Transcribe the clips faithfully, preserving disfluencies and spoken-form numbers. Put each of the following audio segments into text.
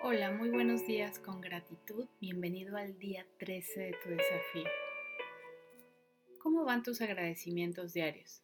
Hola, muy buenos días con gratitud. Bienvenido al día trece de tu desafío. ¿Cómo van tus agradecimientos diarios?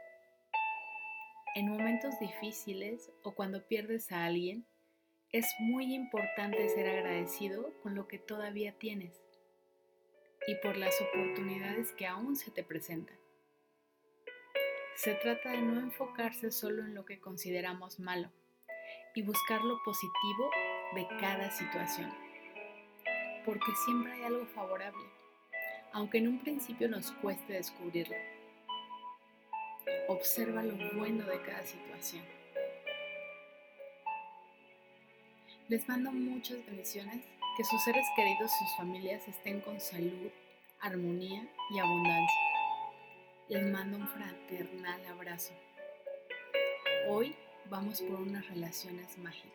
En momentos difíciles o cuando pierdes a alguien, es muy importante ser agradecido con lo que todavía tienes y por las oportunidades que aún se te presentan. Se trata de no enfocarse solo en lo que consideramos malo y buscar lo positivo de cada situación, porque siempre hay algo favorable, aunque en un principio nos cueste descubrirlo. Observa lo bueno de cada situación. Les mando muchas bendiciones, que sus seres queridos y sus familias estén con salud, armonía y abundancia. Les mando un fraternal abrazo. Hoy vamos por unas relaciones mágicas.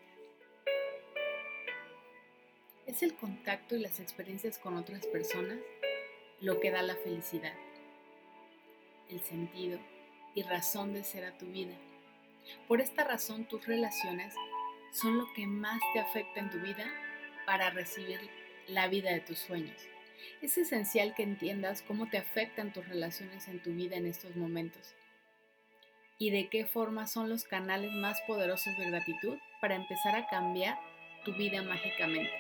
Es el contacto y las experiencias con otras personas lo que da la felicidad, el sentido y razón de ser a tu vida. Por esta razón, tus relaciones son lo que más te afecta en tu vida para recibir la vida de tus sueños. Es esencial que entiendas cómo te afectan tus relaciones en tu vida en estos momentos y de qué forma son los canales más poderosos de gratitud para empezar a cambiar tu vida mágicamente.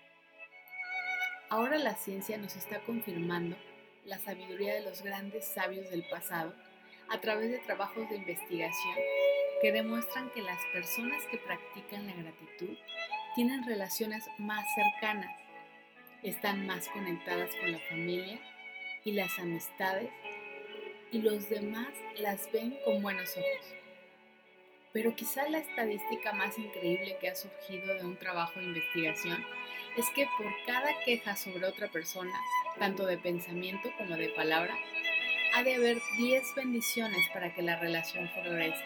Ahora la ciencia nos está confirmando la sabiduría de los grandes sabios del pasado a través de trabajos de investigación que demuestran que las personas que practican la gratitud tienen relaciones más cercanas, están más conectadas con la familia y las amistades, y los demás las ven con buenos ojos. Pero quizá la estadística más increíble que ha surgido de un trabajo de investigación es que por cada queja sobre otra persona, tanto de pensamiento como de palabra, ha de haber diez bendiciones para que la relación florezca.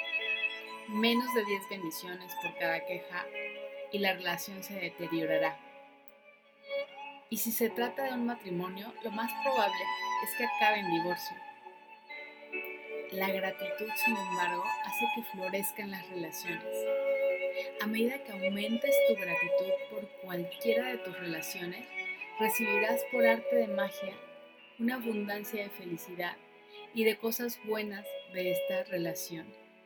Menos de diez bendiciones por cada queja y la relación se deteriorará. Y si se trata de un matrimonio, lo más probable es que acabe en divorcio. La gratitud, sin embargo, hace que florezcan las relaciones. A medida que aumentes tu gratitud por cualquiera de tus relaciones, recibirás por arte de magia una abundancia de felicidad y de cosas buenas de esta relación.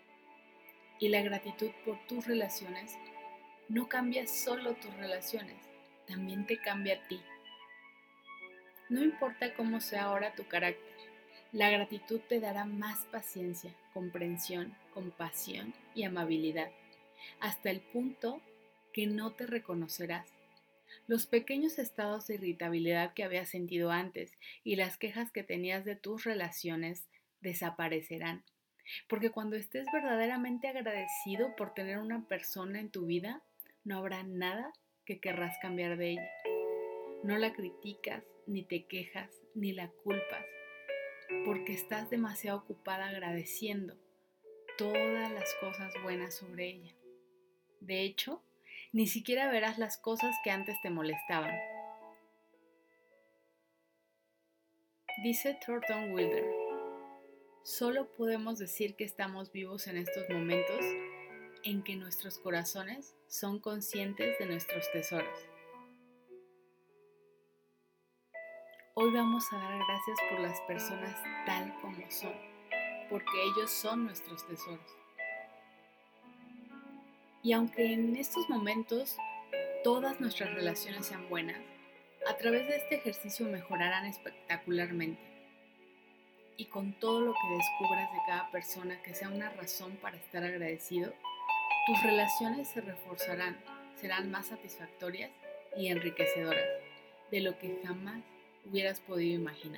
Y la gratitud por tus relaciones no cambia solo tus relaciones, también te cambia a ti. No importa cómo sea ahora tu carácter, la gratitud te dará más paciencia, comprensión, compasión y amabilidad, hasta el punto que no te reconocerás. Los pequeños estados de irritabilidad que habías sentido antes y las quejas que tenías de tus relaciones desaparecerán, porque cuando estés verdaderamente agradecido por tener una persona en tu vida, no habrá nada que querrás cambiar de ella. No la criticas, ni te quejas, ni la culpas, porque estás demasiado ocupada agradeciendo todas las cosas buenas sobre ella. De hecho, ni siquiera verás las cosas que antes te molestaban. Dice Thornton Wilder: solo podemos decir que estamos vivos en estos momentos en que nuestros corazones son conscientes de nuestros tesoros. Hoy vamos a dar gracias por las personas tal como son, porque ellos son nuestros tesoros. Y aunque en estos momentos todas nuestras relaciones sean buenas, a través de este ejercicio mejorarán espectacularmente. Y con todo lo que descubras de cada persona que sea una razón para estar agradecido, tus relaciones se reforzarán, serán más satisfactorias y enriquecedoras de lo que jamás hubieras podido imaginar.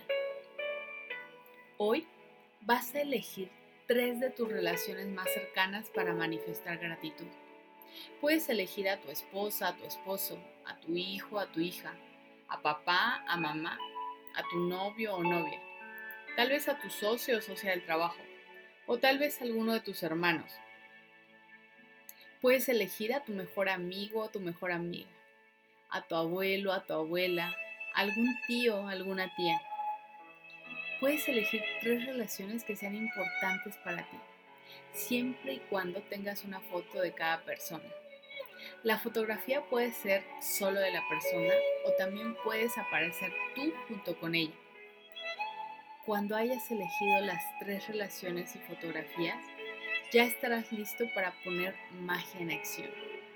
Hoy vas a elegir tres de tus relaciones más cercanas para manifestar gratitud. Puedes elegir a tu esposa, a tu esposo, a tu hijo, a tu hija, a papá, a mamá, a tu novio o novia, tal vez a tu socio o socia del trabajo, o tal vez a alguno de tus hermanos. Puedes elegir a tu mejor amigo o tu mejor amiga, a tu abuelo, a tu abuela, a algún tío, alguna tía. Puedes elegir tres relaciones que sean importantes para ti, siempre y cuando tengas una foto de cada persona. La fotografía puede ser solo de la persona o también puedes aparecer tú junto con ella. Cuando hayas elegido las tres relaciones y fotografías, ya estarás listo para poner magia en acción.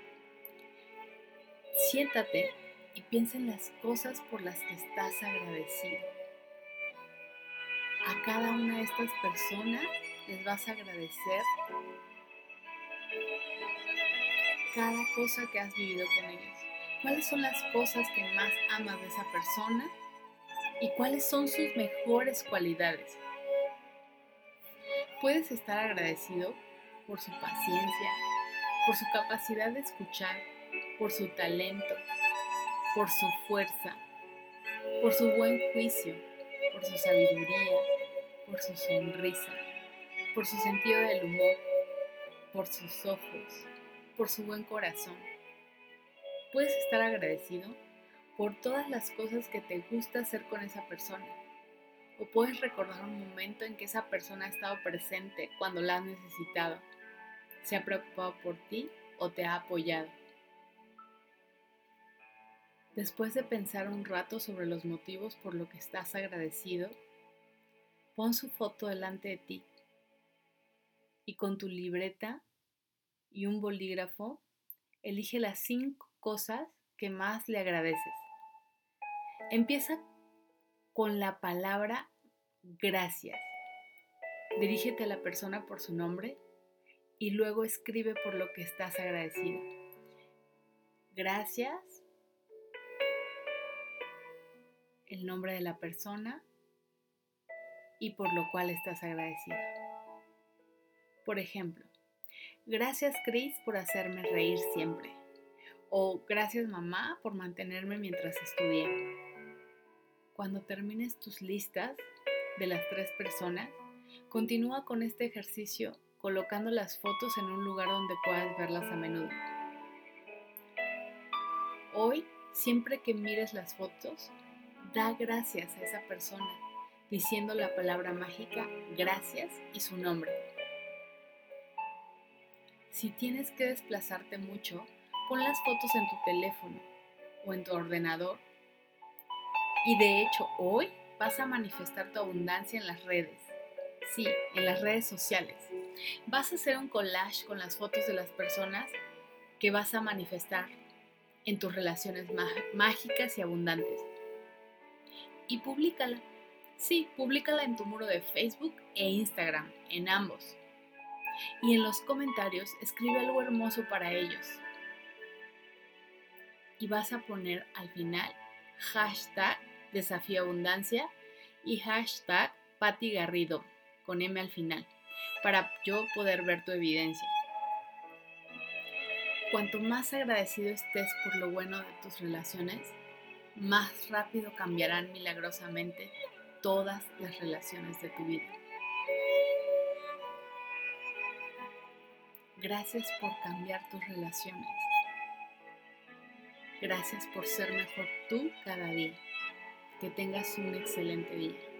Siéntate y piensa en las cosas por las que estás agradecido. A cada una de estas personas les vas a agradecer cada cosa que has vivido con ellos. ¿Cuáles son las cosas que más amas de esa persona? ¿Y cuáles son sus mejores cualidades? Puedes estar agradecido por su paciencia, por su capacidad de escuchar, por su talento, por su fuerza, por su buen juicio, por su sabiduría, por su sonrisa, por su sentido del humor, por sus ojos, por su buen corazón. Puedes estar agradecido por todas las cosas que te gusta hacer con esa persona. O puedes recordar un momento en que esa persona ha estado presente cuando la has necesitado, se ha preocupado por ti o te ha apoyado. Después de pensar un rato sobre los motivos por los que estás agradecido, pon su foto delante de ti y con tu libreta y un bolígrafo elige las cinco cosas que más le agradeces. Empieza con la palabra gracias. Dirígete a la persona por su nombre y luego escribe por lo que estás agradecido. Gracias, el nombre de la persona y por lo cual estás agradecido. Por ejemplo, gracias Chris por hacerme reír siempre. O gracias mamá por mantenerme mientras estudié. Cuando termines tus listas de las tres personas, continúa con este ejercicio colocando las fotos en un lugar donde puedas verlas a menudo. Hoy, siempre que mires las fotos, da gracias a esa persona, diciendo la palabra mágica gracias y su nombre. Si tienes que desplazarte mucho, pon las fotos en tu teléfono o en tu ordenador. Y de hecho, hoy vas a manifestar tu abundancia en las redes. Sí, en las redes sociales. Vas a hacer un collage con las fotos de las personas que vas a manifestar en tus relaciones mágicas y abundantes. Y públicala. Sí, públicala en tu muro de Facebook e Instagram, en ambos. Y en los comentarios escribe algo hermoso para ellos. Y vas a poner al final hashtag Desafío Abundancia y hashtag Patti Garrido con M al final para yo poder ver tu evidencia. Cuanto más agradecido estés por lo bueno de tus relaciones, más rápido cambiarán milagrosamente todas las relaciones de tu vida. Gracias por cambiar tus relaciones. Gracias por ser mejor tú cada día. Que tengas un excelente día.